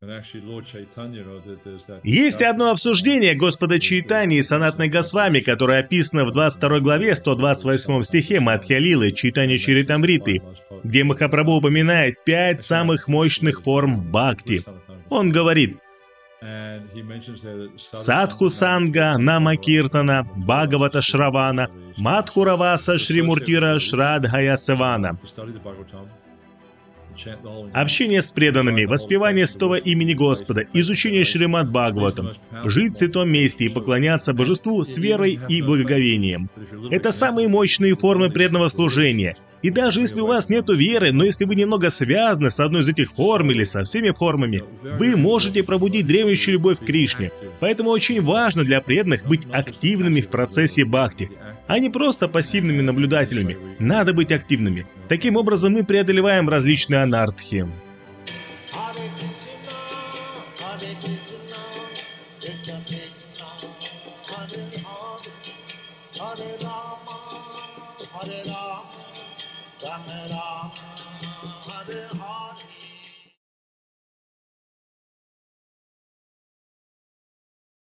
Есть одно обсуждение Господа Чайтаньи и Санатной Госвами, которое описано в 22 главе 128 стихе Мадхья-лилы Чайтанья Чаритамриты, где Махапрабху упоминает 5 самых мощных форм бхакти. Он говорит: Садху Санга, Нама Киртана, Бхагавата Шравана, Мадхураваса Шримуртира Шрадхая Савана. Общение с преданными, воспевание святого имени Господа, изучение Шримад Бхагаватам, жить в святом месте и поклоняться Божеству с верой и благоговением. Это самые мощные формы преданного служения. И даже если у вас нет веры, но если вы немного связаны с одной из этих форм или со всеми формами, вы можете пробудить дремлющую любовь к Кришне. Поэтому очень важно для преданных быть активными в процессе бхакти, а не просто пассивными наблюдателями. Надо быть активными. Таким образом мы преодолеваем различные анартхи. Hare Rama, Rama Rama, Hare Hare.